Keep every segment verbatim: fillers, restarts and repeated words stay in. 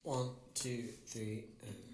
One, two, three, and...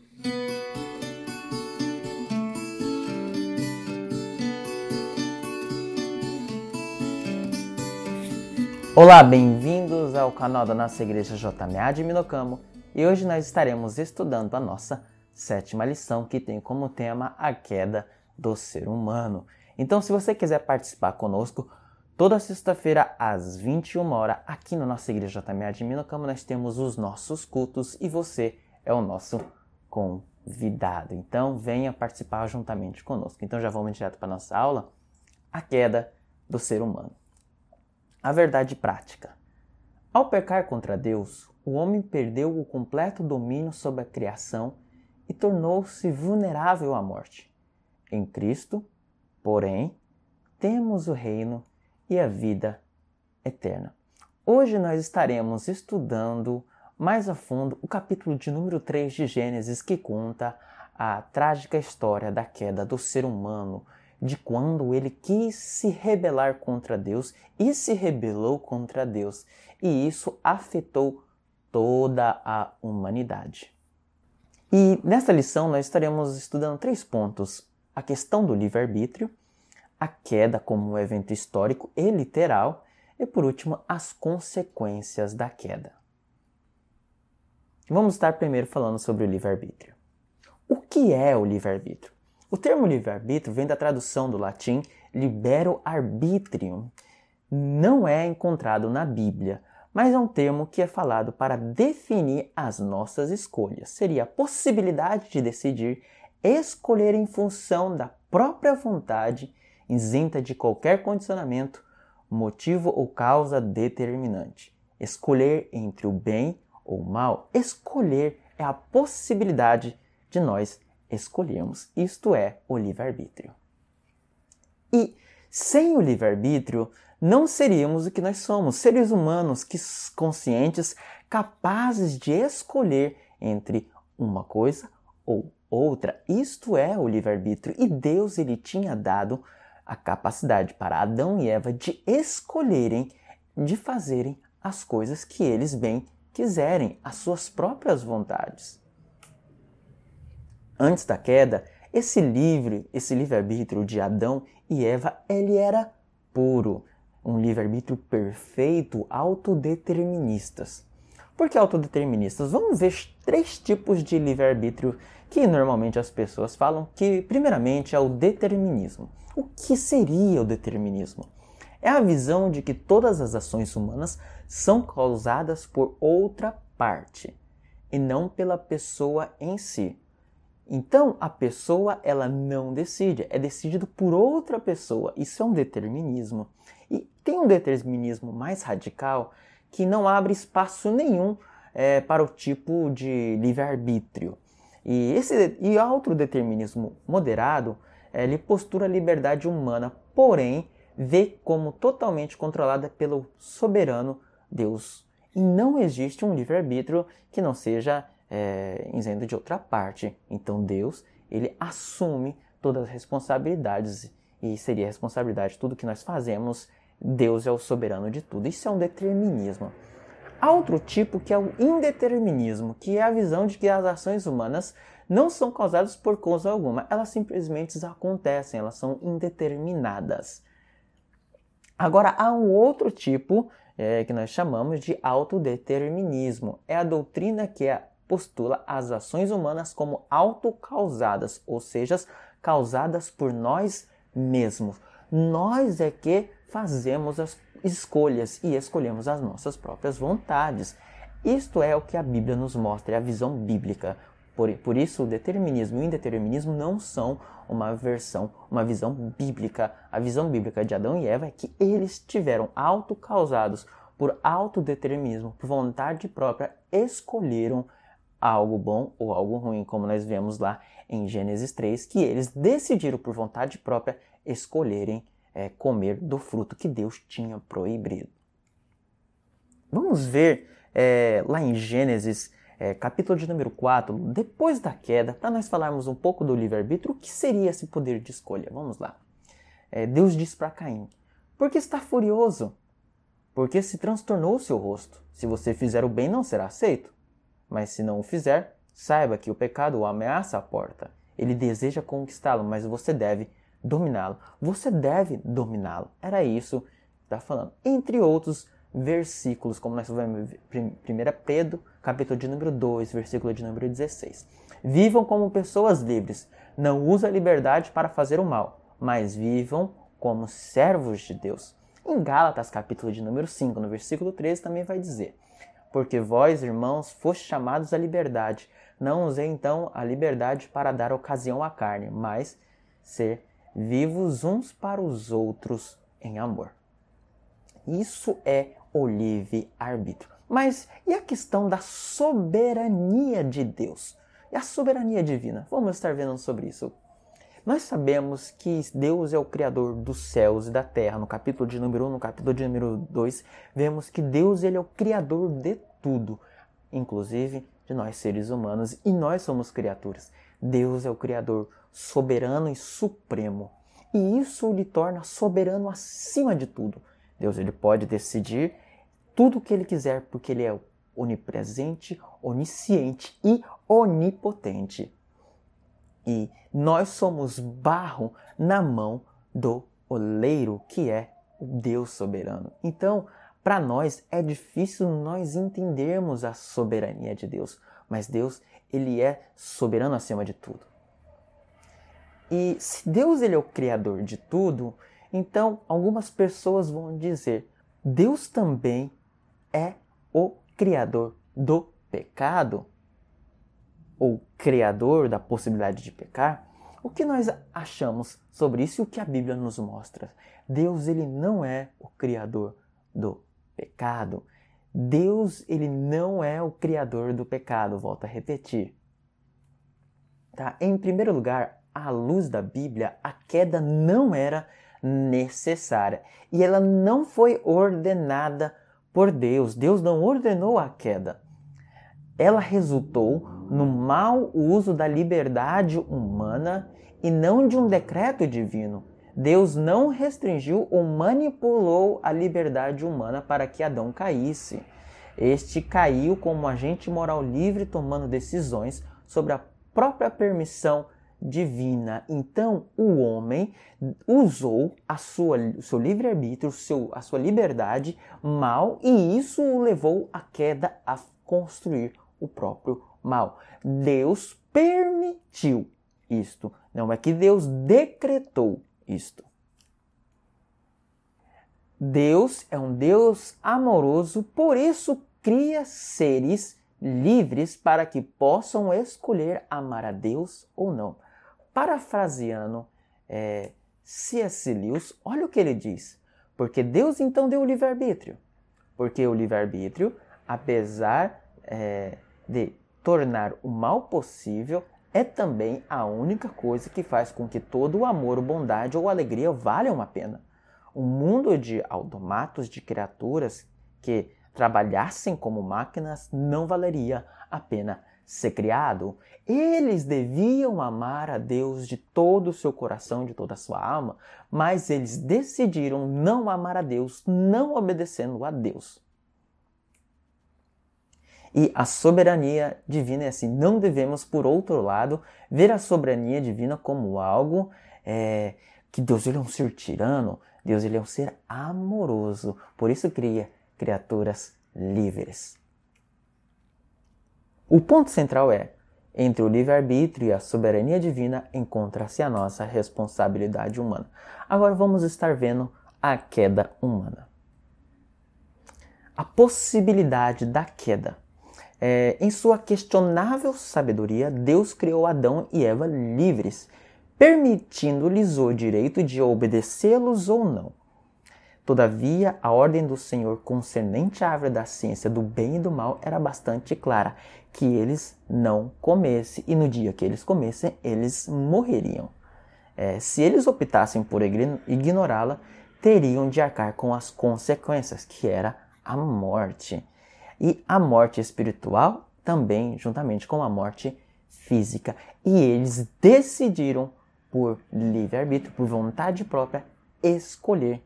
Olá, bem-vindos ao canal da nossa igreja J M A de Minocamo, e hoje nós estaremos estudando a nossa sétima lição, que tem como tema a queda do ser humano. Então, se você quiser participar conosco, toda sexta-feira às vinte e uma horas, aqui na nossa igreja J M A de Minocamo, nós temos os nossos cultos e você é o nosso convidado. Então, venha participar juntamente conosco. Então, já vamos direto para a nossa aula, a queda do ser humano. A verdade prática. Ao pecar contra Deus, o homem perdeu o completo domínio sobre a criação e tornou-se vulnerável à morte. Em Cristo, porém, temos o reino e a vida eterna. Hoje nós estaremos estudando mais a fundo o capítulo de número três de Gênesis, que conta a trágica história da queda do ser humano, de quando ele quis se rebelar contra Deus e se rebelou contra Deus. E isso afetou toda a humanidade. E nessa lição nós estaremos estudando três pontos: a questão do livre-arbítrio, a queda como um evento histórico e literal, e por último, as consequências da queda. Vamos estar primeiro falando sobre o livre-arbítrio. O que é o livre-arbítrio? O termo livre-arbítrio vem da tradução do latim libero arbitrium. Não é encontrado na Bíblia, mas é um termo que é falado para definir as nossas escolhas. Seria a possibilidade de decidir, escolher em função da própria vontade, isenta de qualquer condicionamento, motivo ou causa determinante. Escolher entre o bem ou o mal. Escolher é a possibilidade de nós escolhermos, isto é, o livre-arbítrio. E sem o livre-arbítrio, não seríamos o que nós somos, seres humanos que conscientes, capazes de escolher entre uma coisa ou outra. Isto é o livre-arbítrio. E Deus ele tinha dado a capacidade para Adão e Eva de escolherem, de fazerem as coisas que eles bem quiserem, as suas próprias vontades. Antes da queda, esse livre, esse livre-arbítrio de Adão e Eva, ele era puro, um livre-arbítrio perfeito, autodeterministas. Por que autodeterministas? Vamos ver três tipos de livre-arbítrio que normalmente as pessoas falam, que primeiramente é o determinismo. O que seria o determinismo? É a visão de que todas as ações humanas são causadas por outra parte e não pela pessoa em si. Então, a pessoa ela não decide, é decidido por outra pessoa. Isso é um determinismo. E tem um determinismo mais radical que não abre espaço nenhum é, para o tipo de livre-arbítrio. E esse e autodeterminismo moderado, é, ele postura a liberdade humana, porém, vê como totalmente controlada pelo soberano Deus. E não existe um livre-arbítrio que não seja É, isento de outra parte. Então Deus, ele assume todas as responsabilidades e seria a responsabilidade de tudo que nós fazemos. Deus é o soberano de tudo. Isso é um determinismo. Há outro tipo que é o indeterminismo, que é a visão de que as ações humanas não são causadas por causa alguma. Elas simplesmente acontecem, elas são indeterminadas. Agora, há um outro tipo é, que nós chamamos de autodeterminismo. É a doutrina que é postula as ações humanas como autocausadas, ou seja, causadas por nós mesmos. Nós é que fazemos as escolhas e escolhemos as nossas próprias vontades. Isto é o que a Bíblia nos mostra, é a visão bíblica. Por, por isso, o determinismo e o indeterminismo não são uma versão, uma visão bíblica. A visão bíblica de Adão e Eva é que eles tiveram autocausados por autodeterminismo, por vontade própria, escolheram algo bom ou algo ruim, como nós vemos lá em Gênesis três, que eles decidiram por vontade própria escolherem é, comer do fruto que Deus tinha proibido. Vamos ver é, lá em Gênesis, é, capítulo de número quatro, depois da queda, para nós falarmos um pouco do livre-arbítrio, o que seria esse poder de escolha? Vamos lá. É, Deus diz para Caim: por que está furioso? Porque se transtornou o seu rosto. Se você fizer o bem, não será aceito. Mas se não o fizer, saiba que o pecado o ameaça à porta. Ele deseja conquistá-lo, mas você deve dominá-lo. Você deve dominá-lo. Era isso que está falando. Entre outros versículos, como nós vemos em primeira Pedro, capítulo de número dois, versículo de número dezesseis. Vivam como pessoas livres. Não usem a liberdade para fazer o mal, mas vivam como servos de Deus. Em Gálatas, capítulo de número cinco, no versículo treze, também vai dizer: porque vós, irmãos, fostes chamados à liberdade. Não usei então a liberdade para dar ocasião à carne, mas ser vivos uns para os outros em amor. Isso é o livre-arbítrio. Mas e a questão da soberania de Deus? E a soberania divina? Vamos estar vendo sobre isso. Nós sabemos que Deus é o Criador dos céus e da terra. No capítulo de número um, no capítulo de número dois, vemos que Deus ele é o Criador de tudo, inclusive de nós seres humanos, e nós somos criaturas. Deus é o Criador soberano e supremo, e isso lhe torna soberano acima de tudo. Deus ele pode decidir tudo o que ele quiser, porque ele é onipresente, onisciente e onipotente. E nós somos barro na mão do oleiro, que é o Deus soberano. Então, para nós é difícil nós entendermos a soberania de Deus, mas Deus ele é soberano acima de tudo. E se Deus ele é o criador de tudo, então algumas pessoas vão dizer: Deus também é o criador do pecado? Ou criador da possibilidade de pecar? O que nós achamos sobre isso e o que a Bíblia nos mostra? Deus ele não é o criador do pecado. Deus ele não é o criador do pecado. Volto a repetir. Tá? Em primeiro lugar, à luz da Bíblia, a queda não era necessária e ela não foi ordenada por Deus. Deus não ordenou a queda. Ela resultou no mau uso da liberdade humana e não de um decreto divino. Deus não restringiu ou manipulou a liberdade humana para que Adão caísse. Este caiu como agente moral livre, tomando decisões sobre a própria permissão divina. Então, o homem usou a sua, o seu livre-arbítrio, seu, a sua liberdade mal, e isso o levou à queda, a construir o próprio mal. Deus permitiu isto. Não é que Deus decretou isto. Deus é um Deus amoroso, por isso cria seres livres para que possam escolher amar a Deus ou não. Parafraseando é, C S Lewis, olha o que ele diz. Porque Deus então deu o livre-arbítrio. Porque o livre-arbítrio, apesar é, de tornar o mal possível, é também a única coisa que faz com que todo o amor, bondade ou alegria valham a pena. Um mundo de automatos, de criaturas que trabalhassem como máquinas, não valeria a pena ser criado. Eles deviam amar a Deus de todo o seu coração, de toda a sua alma, mas eles decidiram não amar a Deus, não obedecendo a Deus. E a soberania divina é assim. Não devemos, por outro lado, ver a soberania divina como algo é, que Deus ele é um ser tirano, Deus ele é um ser amoroso. Por isso cria criaturas livres. O ponto central é, entre o livre-arbítrio e a soberania divina, encontra-se a nossa responsabilidade humana. Agora vamos estar vendo a queda humana. A possibilidade da queda. É, em sua questionável sabedoria, Deus criou Adão e Eva livres, permitindo-lhes o direito de obedecê-los ou não. Todavia, a ordem do Senhor concernente à árvore da ciência do bem e do mal era bastante clara, que eles não comessem, e no dia que eles comessem, eles morreriam. É, se eles optassem por ignorá-la, teriam de arcar com as consequências, que era a morte. E a morte espiritual também, juntamente com a morte física. E eles decidiram, por livre-arbítrio, por vontade própria, escolher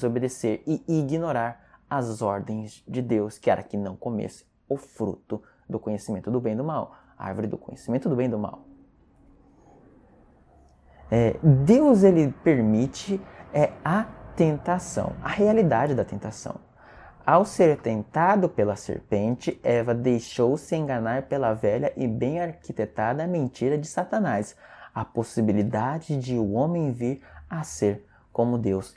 desobedecer e ignorar as ordens de Deus, que era que não comesse o fruto do conhecimento do bem e do mal. A árvore do conhecimento do bem e do mal. É, Deus ele permite é, a tentação, a realidade da tentação. Ao ser tentado pela serpente, Eva deixou-se enganar pela velha e bem arquitetada mentira de Satanás, a possibilidade de o homem vir a ser como Deus.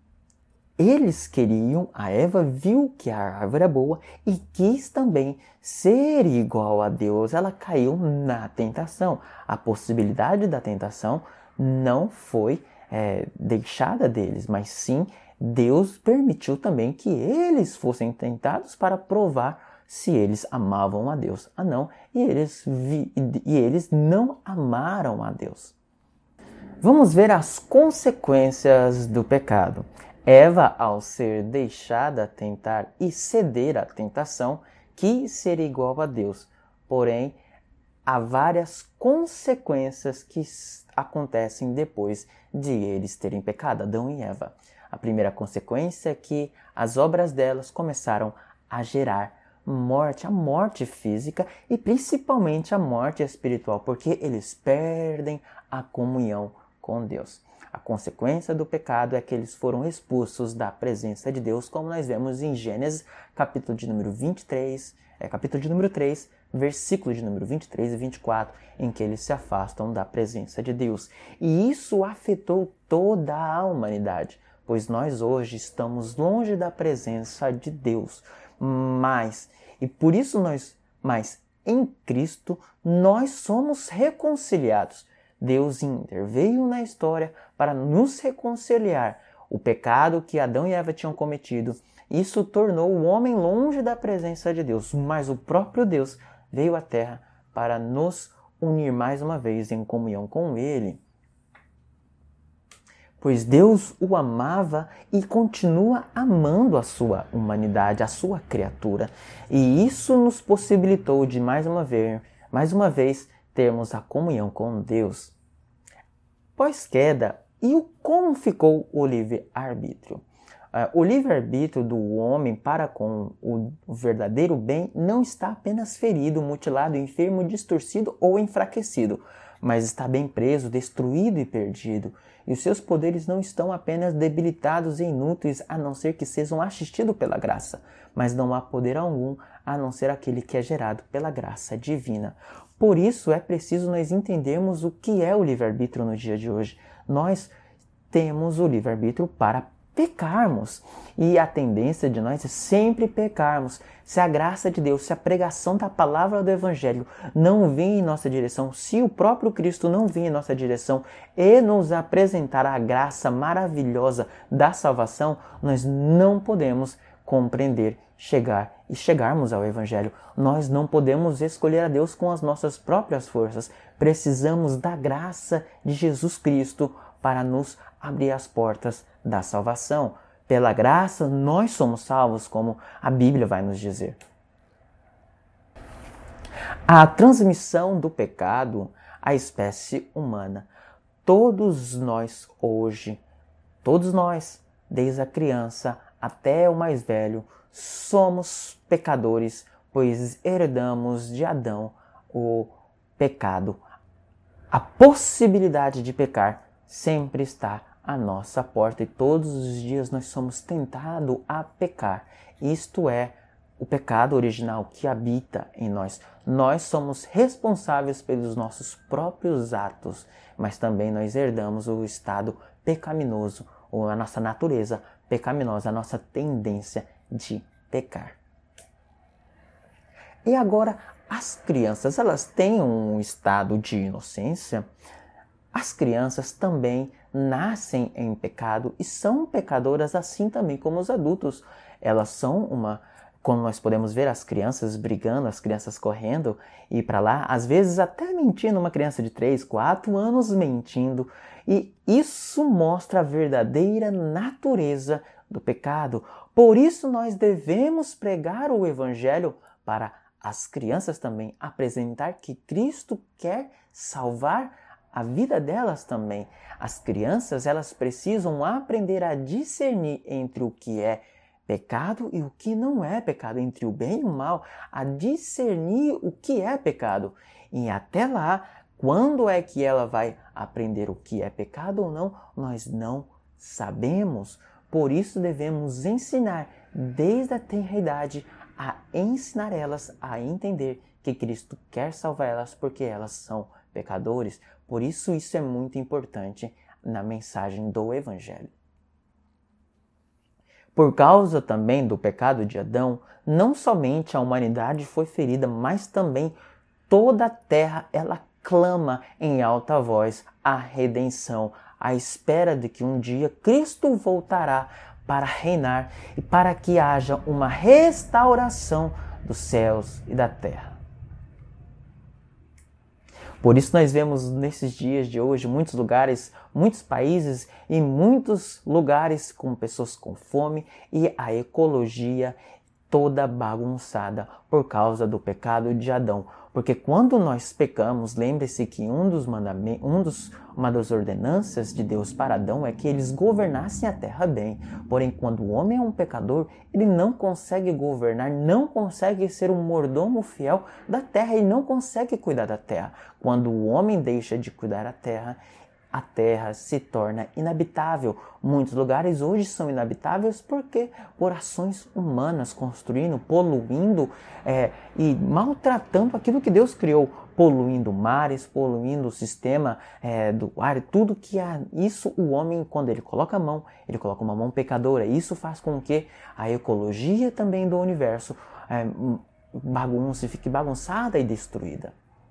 Eles queriam, a Eva viu que a árvore era boa e quis também ser igual a Deus. Ela caiu na tentação. A possibilidade da tentação não foi é, deixada deles, mas sim Deus permitiu também que eles fossem tentados para provar se eles amavam a Deus. Ah, não, e eles, vi, e eles não amaram a Deus. Vamos ver as consequências do pecado. Eva, ao ser deixada tentar e ceder à tentação, quis ser igual a Deus. Porém, há várias consequências que acontecem depois de eles terem pecado, Adão e Eva. A primeira consequência é que as obras delas começaram a gerar morte, a morte física e principalmente a morte espiritual, porque eles perdem a comunhão com Deus. A consequência do pecado é que eles foram expulsos da presença de Deus, como nós vemos em Gênesis, capítulo de número vinte e três, é, capítulo de número três, versículo de número vinte e três e vinte e quatro, em que eles se afastam da presença de Deus. E isso afetou toda a humanidade, pois nós hoje estamos longe da presença de Deus. Mas, e por isso nós, mas em Cristo, nós somos reconciliados. Deus interveio na história para nos reconciliar. O pecado que Adão e Eva tinham cometido, isso tornou o homem longe da presença de Deus. Mas o próprio Deus veio à terra para nos unir mais uma vez em comunhão com Ele. Pois Deus o amava e continua amando a sua humanidade, a sua criatura. E isso nos possibilitou de mais uma vez, mais uma vez termos a comunhão com Deus. Pós-queda, e o como ficou o livre-arbítrio? Uh, o livre-arbítrio do homem para com o verdadeiro bem não está apenas ferido, mutilado, enfermo, distorcido ou enfraquecido, mas está bem preso, destruído e perdido. E os seus poderes não estão apenas debilitados e inúteis, a não ser que sejam assistidos pela graça, mas não há poder algum a não ser aquele que é gerado pela graça divina. Por isso é preciso nós entendermos o que é o livre-arbítrio no dia de hoje. Nós temos o livre-arbítrio para pecarmos. E a tendência de nós é sempre pecarmos. Se a graça de Deus, se a pregação da palavra do Evangelho não vir em nossa direção, se o próprio Cristo não vir em nossa direção e nos apresentar a graça maravilhosa da salvação, nós não podemos compreender, chegar e chegarmos ao Evangelho. Nós não podemos escolher a Deus com as nossas próprias forças. Precisamos da graça de Jesus Cristo para nos abrir as portas da salvação. Pela graça, nós somos salvos, como a Bíblia vai nos dizer. A transmissão do pecado à espécie humana. Todos nós hoje, todos nós, desde a criança até o mais velho, somos pecadores, pois herdamos de Adão o pecado. A possibilidade de pecar sempre está à nossa porta e todos os dias nós somos tentados a pecar. Isto é o pecado original que habita em nós. Nós somos responsáveis pelos nossos próprios atos, mas também nós herdamos o estado pecaminoso, ou a nossa natureza pecaminosa, a nossa tendência de pecar. E agora, as crianças, elas têm um estado de inocência? As crianças também nascem em pecado e são pecadoras assim também como os adultos. Elas são uma... Como nós podemos ver as crianças brigando, as crianças correndo e para lá, às vezes até mentindo, uma criança de três, quatro anos mentindo. E isso mostra a verdadeira natureza do pecado. Por isso nós devemos pregar o Evangelho para as crianças também, apresentar que Cristo quer salvar a vida delas também. As crianças, elas precisam aprender a discernir entre o que é pecado e o que não é pecado, entre o bem e o mal, a discernir o que é pecado. E até lá, quando é que ela vai aprender o que é pecado ou não, nós não sabemos. Por isso devemos ensinar desde a tenra idade a ensinar elas a entender que Cristo quer salvar elas porque elas são pecadores. Por isso isso é muito importante na mensagem do Evangelho. Por causa também do pecado de Adão, não somente a humanidade foi ferida, mas também toda a terra ela clama em alta voz a redenção, à espera de que um dia Cristo voltará para reinar e para que haja uma restauração dos céus e da terra. Por isso nós vemos nesses dias de hoje muitos lugares, muitos países e muitos lugares com pessoas com fome e a ecologia toda bagunçada por causa do pecado de Adão. Porque quando nós pecamos, lembre-se que um dos mandamentos, um dos, uma das ordenanças de Deus para Adão é que eles governassem a terra bem. Porém, quando o homem é um pecador, ele não consegue governar, não consegue ser um mordomo fiel da terra e não consegue cuidar da terra. Quando o homem deixa de cuidar da terra, a terra se torna inabitável. Muitos lugares hoje são inabitáveis porque por ações humanas, construindo, poluindo é, e maltratando aquilo que Deus criou, poluindo mares, poluindo o sistema é, do ar, tudo que há. Isso o homem, quando ele coloca a mão, ele coloca uma mão pecadora. Isso faz com que a ecologia também do universo é, bagunce, fique bagunçada e destruída.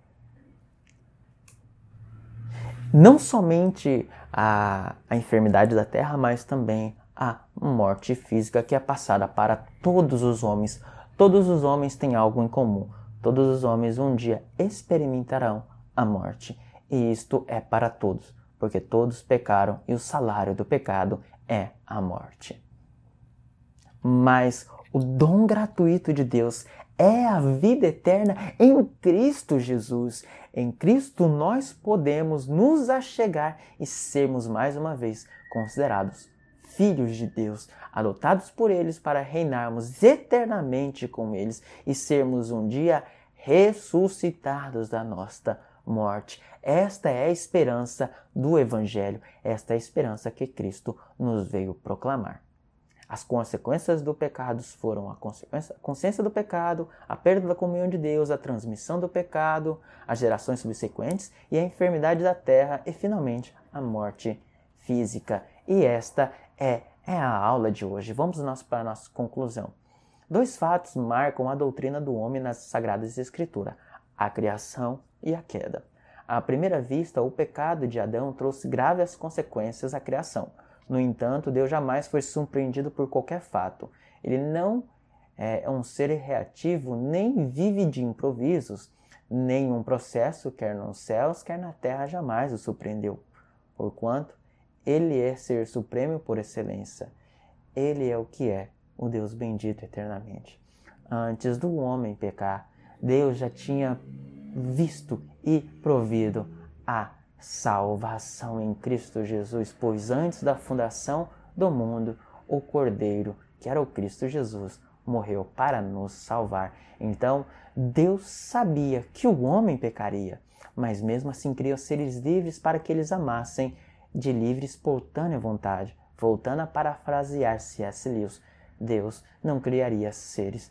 Não somente a, a enfermidade da terra, mas também a morte física que é passada para todos os homens. Todos os homens têm algo em comum. Todos os homens um dia experimentarão a morte. E isto é para todos, porque todos pecaram e o salário do pecado é a morte. Mas o dom gratuito de Deus é a vida eterna em Cristo Jesus. Em Cristo nós podemos nos achegar e sermos mais uma vez considerados filhos de Deus, adotados por eles para reinarmos eternamente com eles e sermos um dia ressuscitados da nossa morte. Esta é a esperança do Evangelho, esta é a esperança que Cristo nos veio proclamar. As consequências do pecado foram a, consequência, a consciência do pecado, a perda da comunhão de Deus, a transmissão do pecado, as gerações subsequentes e a enfermidade da terra e, finalmente, a morte física. E esta é, é a aula de hoje. Vamos nós para a nossa conclusão. Dois fatos marcam a doutrina do homem nas Sagradas Escrituras, a criação e a queda. À primeira vista, o pecado de Adão trouxe graves consequências à criação. No entanto, Deus jamais foi surpreendido por qualquer fato. Ele não é um ser reativo, nem vive de improvisos. Nenhum processo, quer nos céus, quer na terra, jamais o surpreendeu. Porquanto, ele é ser supremo por excelência. Ele é o que é, o Deus bendito eternamente. Antes do homem pecar, Deus já tinha visto e provido a salvação em Cristo Jesus, pois antes da fundação do mundo, o Cordeiro, que era o Cristo Jesus, morreu para nos salvar. Então, Deus sabia que o homem pecaria, mas mesmo assim criou seres livres para que eles amassem de livre e espontânea vontade. Voltando a parafrasear C S Lewis, Deus não criaria seres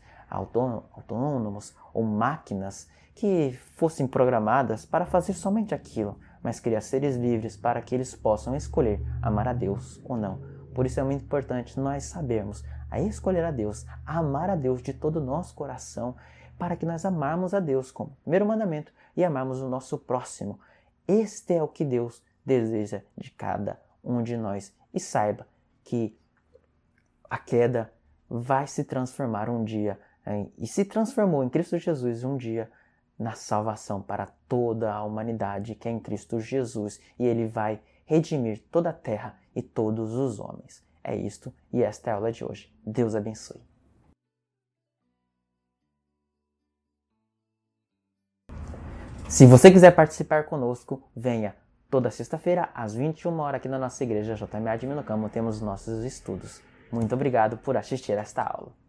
autônomos ou máquinas que fossem programadas para fazer somente aquilo, mas cria seres livres para que eles possam escolher amar a Deus ou não. Por isso é muito importante nós sabermos a escolher a Deus, a amar a Deus de todo o nosso coração, para que nós amarmos a Deus como primeiro mandamento e amarmos o nosso próximo. Este é o que Deus deseja de cada um de nós. E saiba que a queda vai se transformar um dia, hein? E se transformou em Cristo Jesus um dia, na salvação para toda a humanidade que é em Cristo Jesus, e Ele vai redimir toda a terra e todos os homens. É isto e esta é a aula de hoje. Deus abençoe. Se você quiser participar conosco, venha toda sexta-feira às vinte e uma horas aqui na nossa igreja J M A de Minocamo, temos nossos estudos. Muito obrigado por assistir esta aula.